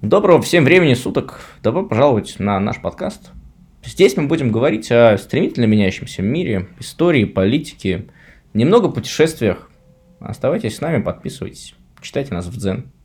Доброго всем времени суток. Добро пожаловать на наш подкаст. Здесь мы будем говорить о стремительно меняющемся мире, истории, политике, немного путешествиях. Оставайтесь с нами, подписывайтесь, читайте нас в Дзен.